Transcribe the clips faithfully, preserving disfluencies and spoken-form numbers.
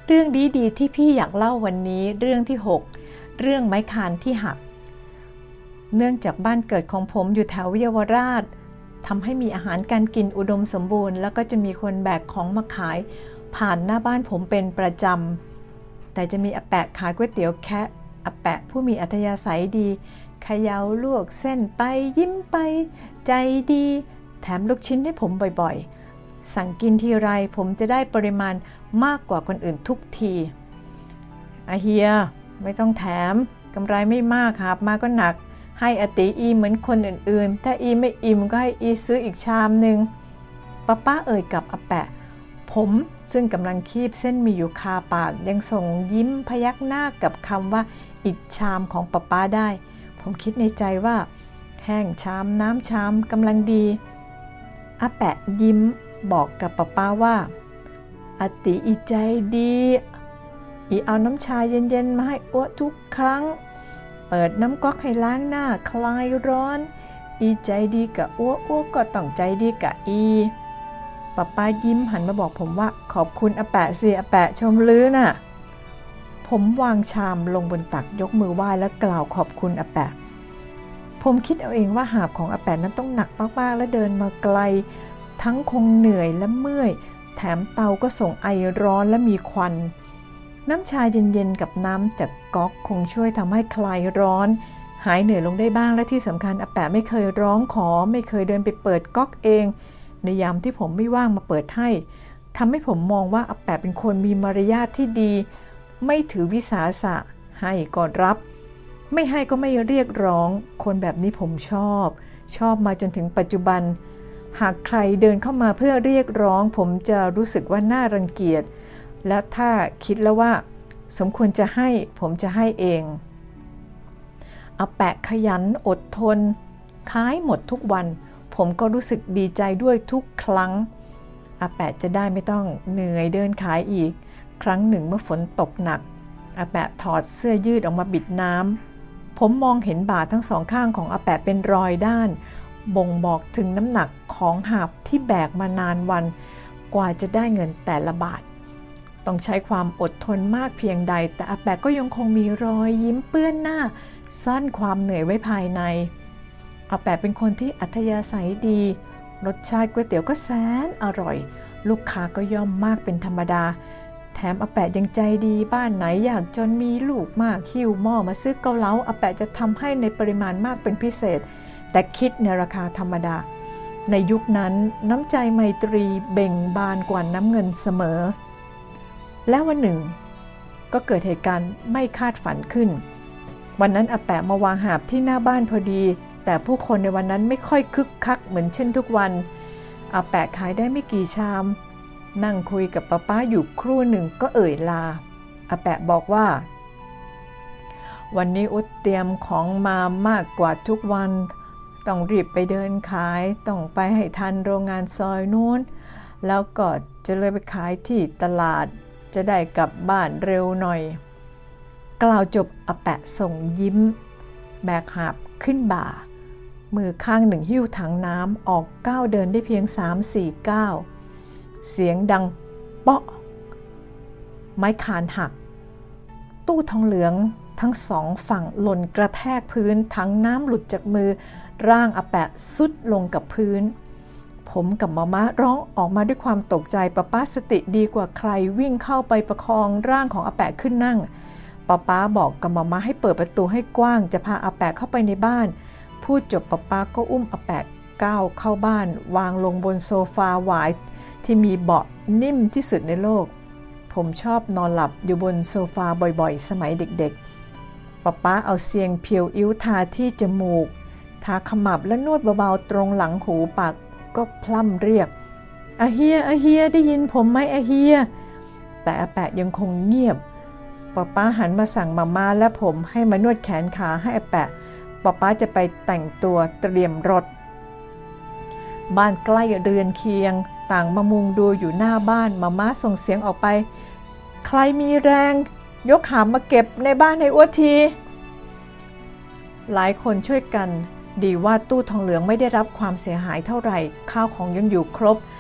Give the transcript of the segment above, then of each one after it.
เรื่องดีๆที่พี่อยากเล่าวันนี้เรื่องที่หกเรื่องไม้คานที่หักเนื่องจากบ้านเกิดของผมอยู่แถวเยาวราชทำให้มีอาหารการกินอุดมสมบูรณ์แล้วก็จะมีคนแบกของมาขายผ่านหน้าบ้านผมเป็นประจำแต่จะมีอาแปะขายก๋วยเตี๋ยวแคะอาแปะผู้มีอัธยาศัยดีเขย่าลวกเส้นไปยิ้มไปใจดีแถมลูกชิ้นให้ผมบ่อยๆสั่งกินทีไรผมจะได้ปริมาณมากกว่าคนอื่นทุกทีอาเฮียไม่ต้องแถมกำไรไม่มากครับมาก็หนักให้อติอีเหมือนคนอื่นๆถ้าอีไม่อิ่มก็ให้อีซื้ออีกชามหนึ่งป้าป้าเอ่ยกับอาแปะผมซึ่งกำลังคีบเส้นมีอยู่คาปากยังส่งยิ้มพยักหน้ากับคำว่าอีกชามของป้าป้าได้ผมคิดในใจว่าแห้งชามน้ำชามกำลังดีอาแปะยิ้มบอกกับป้าป้าว่าอติอีใจดีอีเอาน้ำชาเย็นๆมาให้อ้วทุกครั้งเปิดน้ำก๊อกให้ล้างหน้าคลายร้อนอีใจดีกับอ้วอ้วก็ต้องใจดีกับอีป้าป้ายิ้มหันมาบอกผมว่าขอบคุณอาแปะสิอาแปะชมลือน่ะผมวางชามลงบนตักยกมือไหว้และกล่าวขอบคุณอาแปะผมคิดเอาเองว่าหาบของอาแปะนั้นต้องหนักมากๆและเดินมาไกลทั้งคงเหนื่อยและเมื่อยแถมเตาก็ส่งไอร้อนและมีควันน้ำชาเย็นๆกับน้ำจากก๊อกคงช่วยทำให้คลายร้อนหายเหนื่อยลงได้บ้างและที่สำคัญอาแปะไม่เคยร้องขอไม่เคยเดินไปเปิดก๊อกเองในยามที่ผมไม่ว่างมาเปิดให้ทำให้ผมมองว่าอาแปะเป็นคนมีมารยาทที่ดีไม่ถือวิสาสะให้ก็รับไม่ให้ก็ไม่เรียกร้องคนแบบนี้ผมชอบชอบมาจนถึงปัจจุบันหากใครเดินเข้ามาเพื่อเรียกร้องผมจะรู้สึกว่าน่ารังเกียจและถ้าคิดแล้วว่าสมควรจะให้ผมจะให้เองอาแปะขยันอดทนขายหมดทุกวันผมก็รู้สึกดีใจด้วยทุกครั้งอาแปะจะได้ไม่ต้องเหนื่อยเดินขายอีกครั้งหนึ่งเมื่อฝนตกหนักอาแปะถอดเสื้อยืดออกมาบิดน้ำผมมองเห็นบ่าทั้งสองข้างของอาแปะเป็นรอยด้านบ่งบอกถึงน้ำหนักของหาบที่แบกมานานวันกว่าจะได้เงินแต่ละบาทต้องใช้ความอดทนมากเพียงใดแต่อาแปะก็ยังคงมีรอยยิ้มเปื้อนหน้าซ่อนความเหนื่อยไว้ภายในอาแปะเป็นคนที่อัธยาศัยดีรสชาติก๋วยเตี๋ยวก็แสนอร่อยลูกค้าก็ย่อมมากเป็นธรรมดาแถมอาแปะยังใจดีบ้านไหนอยากจนมีลูกมากหิ้วหม้อมาซื้อเกาเหลาอาแปะจะทำให้ในปริมาณมากเป็นพิเศษแต่คิดในราคาธรรมดาในยุคนั้นน้ำใจไมตรีเบ่งบานกว่าน้ำเงินเสมอแล้ววันหนึ่งก็เกิดเหตุการณ์ไม่คาดฝันขึ้นวันนั้นอาแปะมาวางหาบที่หน้าบ้านพอดีแต่ผู้คนในวันนั้นไม่ค่อยคึกคักเหมือนเช่นทุกวันอาแปะขายได้ไม่กี่ชามนั่งคุยกับป้าป้าอยู่ครู่หนึ่งก็เอ่ยลาอาแปะบอกว่าวันนี้อุดเตรียมของมามากกว่าทุกวันต้องรีบไปเดินขายต้องไปให้ทันโรงงานซอยนู้นแล้วก็จะเลยไปขายที่ตลาดจะได้กลับบ้านเร็วหน่อยกล่าวจบอาแปะส่งยิ้มแบกหาบขึ้นบ่ามือข้างหนึ่งหิ้วถังน้ำออกก้าวเดินได้เพียง สามสี่ ก้าวเสียงดังเปาะไม้คานหักตู้ทองเหลืองทั้งสองฝั่งหล่นกระแทกพื้นถังน้ำหลุดจากมือร่างอาแปะซุดลงกับพื้นผมกับมะมะร้องออกมาด้วยความตกใจป้าป้าสติดีกว่าใครวิ่งเข้าไปประคองร่างของอาแปะขึ้นนั่งป้าป้าบอกกับมะมะให้เปิดประตูให้กว้างจะพาอาแปะเข้าไปในบ้านพูดจบป้าป้าก็อุ้มอาแปะก้าวเข้าบ้านวางลงบนโซฟาหวายที่มีเบาะนิ่มที่สุดในโลกผมชอบนอนหลับอยู่บนโซฟาบ่อยๆสมัยเด็กๆป้าป้าเอาเสียงเพียวอิ้วทาที่จมูกทาขมับและนวดเบาๆตรงหลังหูปากก็พล่ำเรียกอาเฮียอาเฮียได้ยินผมไหมอาเฮียแต่อาแปะยังคงเงียบป้าป้าหันมาสั่งมาม่าและผมให้มานวดแขนขาให้อาแปะป้าป้าจะไปแต่งตัวเตรียมรถบ้านใกล้เรือนเคียงต่างมามุงดูอยู่หน้าบ้านมาม่าส่งเสียงออกไปใครมีแรงยกหามมาเก็บในบ้านให้อ้วทีหลายคนช่วยกันดีว่าตู้ทองเหลืองไม่ได้รับความเสียหายเท่าไหร่ข้าวของยังอยู่ครบ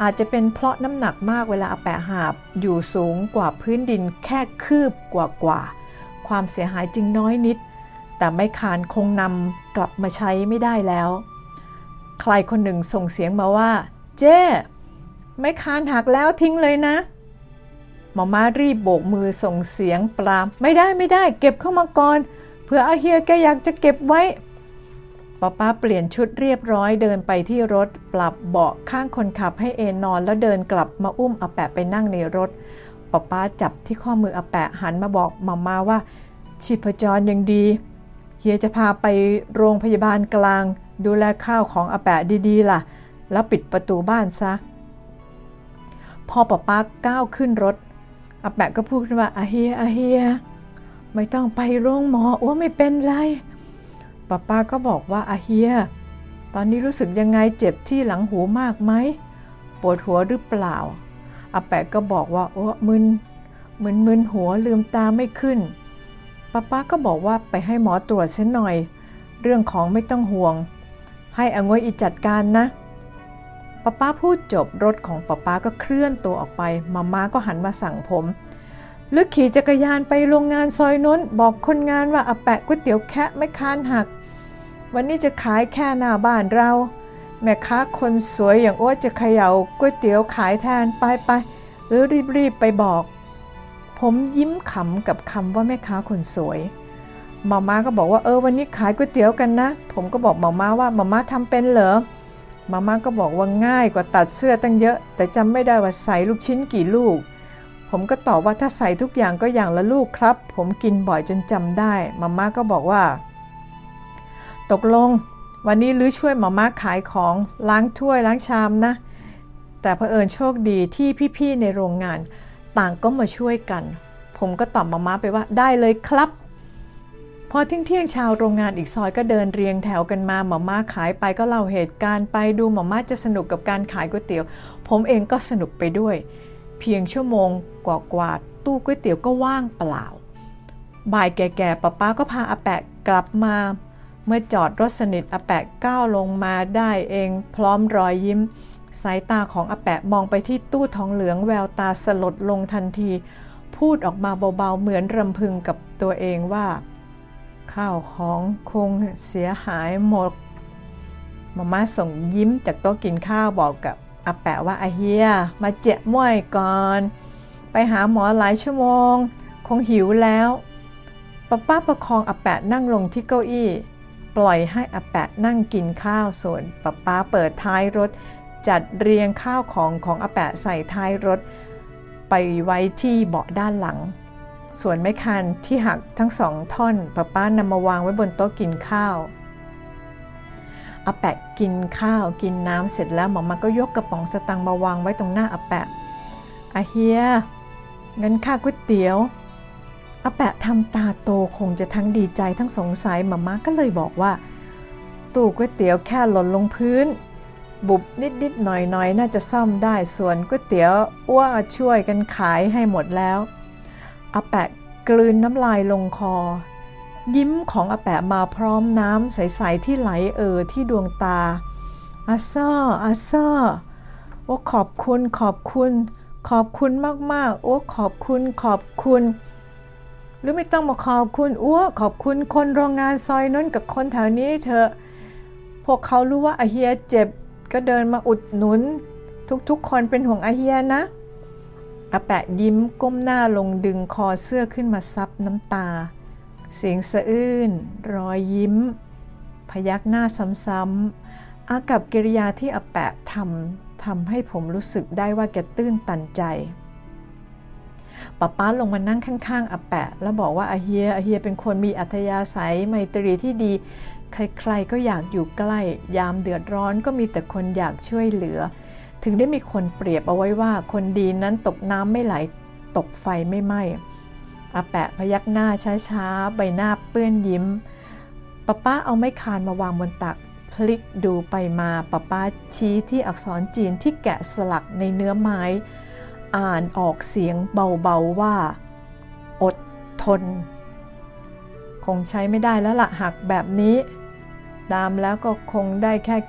อาจจะเป็นเพราะน้ำหนักมากเวลาอาแปะหาบอยู่สูงกว่าพื้นดินแค่คืบกว่าๆความเสียหายจึงน้อยนิดแต่ไม้คานคงนำกลับมาใช้ไม่ได้แล้วใครคนหนึ่งส่งเสียงมาว่าเจ้ไม้คานหักแล้วทิ้งเลยนะหมอม้ารีบโบกมือส่งเสียงปรามไม่ได้ไม่ได้เก็บเข้ามาก่อนเผื่ออาเฮียแกอยากจะเก็บไว้ป้าป้าเปลี่ยนชุดเรียบร้อยเดินไปที่รถปรับเบาะข้างคนขับให้เอนนอนแล้วเดินกลับมาอุ้มอาแปะไปนั่งในรถป้าป้าจับที่ข้อมืออาแปะหันมาบอกหม่าม่าว่าชีพจรยังดีเฮียจะพาไปโรงพยาบาลกลางดูแลข้าวของอาแปะดีๆล่ะแล้วปิดประตูบ้านซะพอป้าป้าก้าวขึ้นรถอาแปะก็พูดว่าอาเฮียอาเฮียไม่ต้องไปโรงหมออ้วไม่เป็นไรป้าป้าก็บอกว่าอาเฮียตอนนี้รู้สึกยังไงเจ็บที่หลังหูมากไหมปวดหัวหรือเปล่าอาแปะก็บอกว่าโอ้มึนมึนมึนหัวลืมตาไม่ขึ้นป้าป้าก็บอกว่าไปให้หมอตรวจเสียหน่อยเรื่องของไม่ต้องห่วงให้อางวยอีจัดการนะป้าป้าพูดจบรถของป้าป้าก็เคลื่อนตัวออกไปมาม่าก็หันมาสั่งผมลึกขี่จักรยานไปโรงงานซอยน้นบอกคนงานว่าอาแปะก๋วยเตี๋ยวแคะไม่คานหักวันนี้จะขายแค่หน้าบ้านเราแม่ค้าคนสวยอย่างอ้วจะเขย่าก๋วยเตี๋ยวขายแทนไปไปหรือรีบๆไปบอกผมยิ้มขำกับคำว่าแม่ค้าคนสวยมาม่าก็บอกว่าเออวันนี้ขายก๋วยเตี๋ยวกันนะผมก็บอกมาม่าว่ามาม่าทำเป็นเหรอมาม่าก็บอกว่าง่ายกว่าตัดเสื้อตั้งเยอะแต่จำไม่ได้ว่าใส่ลูกชิ้นกี่ลูกผมก็ตอบว่าถ้าใส่ทุกอย่างก็อย่างละลูกครับผมกินบ่อยจนจำได้มาม่าก็บอกว่าตกลงวันนี้ลื้อช่วยมาม่าขายของล้างถ้วยล้างชามนะแต่เผอิญโชคดีที่พี่ๆในโรงงานต่างก็มาช่วยกันผมก็ตอบมาม่าไปว่าได้เลยครับพอเที่ยงๆชาวโรงงานอีกซอยก็เดินเรียงแถวกันมาหม่าม่าขายไปก็เล่าเหตุการณ์ไปดูหม่าม่าจะสนุกกับการขายก๋วยเตี๋ยวผมเองก็สนุกไปด้วยเพียงชั่วโมงกว่าๆตู้ก๋วยเตี๋ยวก็ว่างเปล่าบ่ายแก่ๆป้าป้าก็พาอาแปะกลับมาเมื่อจอดรถสนิทอาแปะก้าวลงมาได้เองพร้อมรอยยิ้มสายตาของอาแปะมองไปที่ตู้ทองเหลืองแววตาสลดลงทันทีพูดออกมาเบาๆเหมือนรำพึงกับตัวเองว่าข้าวของคงเสียหายหมดมาม่าส่งยิ้มจากโต๊ะกินข้าวบอกกับอาแปะว่าอาเฮียมาเจ็บม่วยก่อนไปหาหมอหลายชั่วโมงคงหิวแล้วป้าป้าประคองอาแปะนั่งลงที่เก้าอี้ปล่อยให้อาแปะนั่งกินข้าวส่วนป้าป้าเปิดท้ายรถจัดเรียงข้าวของของอาแปะใส่ท้ายรถไปไว้ที่เบาะด้านหลังส่วนไม้คานที่หักทั้งสองท่อนป้าป้านำมาวางไว้บนโต๊ะกินข้าวอาแปะกินข้าวกินน้ำเสร็จแล้วหมอมาก็ยกกระป๋องสตังค์มาวางไว้ตรงหน้าอาแปะอาเฮียเงินค่าก๋วยเตี๋ยวอาแปะทำตาโตคงจะทั้งดีใจทั้งสงสัยหมอมาก็เลยบอกว่าตู้ก๋วยเตี๋ยวแค่หล่นลงพื้นบุบนิดๆหน่อยๆน่าจะซ่อมได้ส่วนก๋วยเตี๋ยวอ้วช่วยกันขายให้หมดแล้วอาแปะกลืนน้ำลายลงคอยิ้มของอาแปะมาพร้อมน้ำใสๆที่ไหลเอ่อที่ดวงตาอาซ่ออาซ่อโอ้ขอบคุณขอบคุณขอบคุณมากๆโอ้ขอบคุณขอบคุณหรือไม่ต้องมาขอบคุณอ้วขอบคุณคนโรงงานซอยนั้นกับคนแถวนี้เถอะพวกเขารู้ว่าอาเฮียเจ็บก็เดินมาอุดหนุนทุกๆคนเป็นห่วงอาเฮียนะอาแปะยิ้มก้มหน้าลงดึงคอเสื้อขึ้นมาซับน้ำตาเสียงสะอื้นรอยยิ้มพยักหน้าซ้ำๆอากับกิริยาที่อาแปะทำทำให้ผมรู้สึกได้ว่าแกตื้นตันใจป้าป้าลงมานั่งข้างๆอาแปะแล้วบอกว่าอาเฮียอาเฮียเป็นคนมีอัธยาศัยไมตรีที่ดีใครๆก็อยากอยู่ใกล้ยามเดือดร้อนก็มีแต่คนอยากช่วยเหลือถึงได้มีคนเปรียบเอาไว้ว่าคนดีนั้นตกน้ำไม่ไหลตกไฟไม่ไหม้อาแปะพยักหน้าช้าๆใบหน้าเปื้อนยิ้มป้าป้าเอาไม้คานมาวางบนตักพลิกดูไปมาป้าป้าชี้ที่อักษรจีนที่แกะสลักในเนื้อไม้อ่านออกเสียงเบาๆว่าอดทนคงใช้ไม่ได้แล้วล่ะหักแบบนี้ตามแล้วก็คงได้แค่เก็บ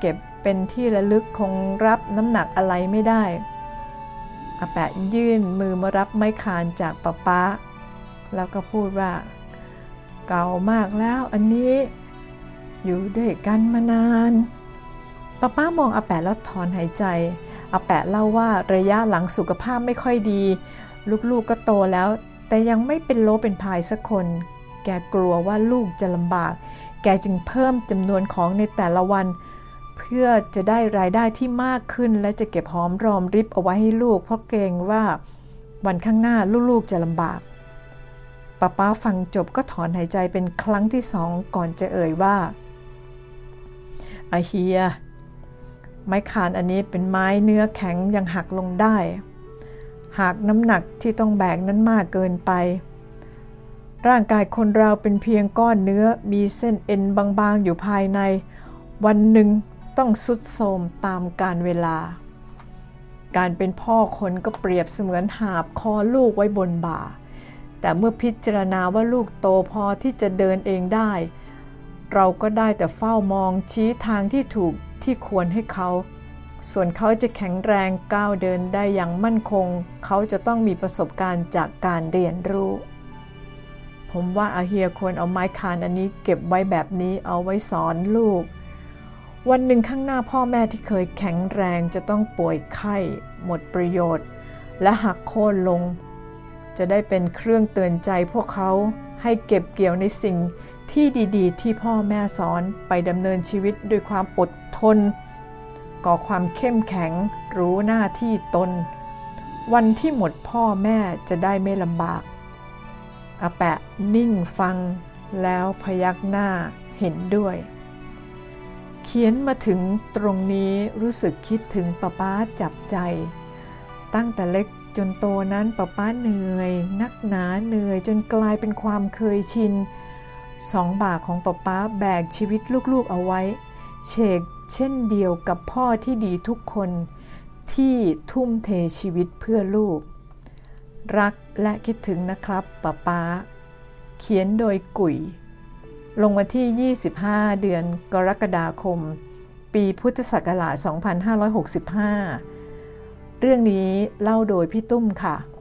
เป็นที่ระลึกคงรับน้ำหนักอะไรไม่ได้อาแปะยื่นมือมารับไม้คานจากป๊าป๊าแล้วก็พูดว่าเก่ามากแล้วอันนี้อยู่ด้วยกันมานานป๊าป๊ามองอาแปะแล้วถอนหายใจอาแปะเล่าว่าระยะหลังสุขภาพไม่ค่อยดีลูกๆก็โตแล้วแต่ยังไม่เป็นโลเป็นพายสักคนแกกลัวว่าลูกจะลำบากแกจึงเพิ่มจำนวนของในแต่ละวันเพื่อจะได้รายได้ที่มากขึ้นและจะเก็บหอมรอมริบเอาไว้ให้ลูกเพราะเกรงว่าวันข้างหน้าลูกๆจะลำบากป้าป้าฟังจบก็ถอนหายใจเป็นครั้งที่สองก่อนจะเอ่ยว่าอาเฮียไม้คานอันนี้เป็นไม้เนื้อแข็งยังหักลงได้หากน้ำหนักที่ต้องแบกนั้นมากเกินไปร่างกายคนเราเป็นเพียงก้อนเนื้อมีเส้นเอ็นบางๆอยู่ภายในวันหนึ่งต้องทรุดโทรมตามกาลเวลาการเป็นพ่อคนก็เปรียบเสมือนหาบคอลูกไว้บนบ่าแต่เมื่อพิจารณาว่าลูกโตพอที่จะเดินเองได้เราก็ได้แต่เฝ้ามองชี้ทางที่ถูกที่ควรให้เขาส่วนเขาจะแข็งแรงก้าวเดินได้อย่างมั่นคงเขาจะต้องมีประสบการณ์จากการเรียนรู้ผมว่าอาเฮียควรเอาไม้คานอันนี้เก็บไว้แบบนี้เอาไว้สอนลูกวันหนึ่งข้างหน้าพ่อแม่ที่เคยแข็งแรงจะต้องป่วยไข้หมดประโยชน์และหักโค่นลงจะได้เป็นเครื่องเตือนใจพวกเขาให้เก็บเกี่ยวในสิ่งที่ดีๆที่พ่อแม่สอนไปดำเนินชีวิตด้วยความอดทนก่อความเข้มแข็งรู้หน้าที่ตนวันที่หมดพ่อแม่จะได้ไม่ลำบากอาแปะนิ่งฟังแล้วพยักหน้าเห็นด้วยเขียนมาถึงตรงนี้รู้สึกคิดถึงป้าป้าจับใจตั้งแต่เล็กจนโตนั้นป้าป้าเหนื่อยนักหนาเหนื่อยจนกลายเป็นความเคยชินสองบ่าของป้าป้าแบกชีวิตลูกๆเอาไว้เชกเช่นเดียวกับพ่อที่ดีทุกคนที่ทุ่มเทชีวิตเพื่อลูกรักและคิดถึงนะครับป้าป้าเขียนโดยกุ๋ยลงวันที่ยี่สิบห้าเดือนกรกฎาคมปีพุทธศักราชสองพันห้าร้อยหกสิบห้าเรื่องนี้เล่าโดยพี่ตุ้มค่ะ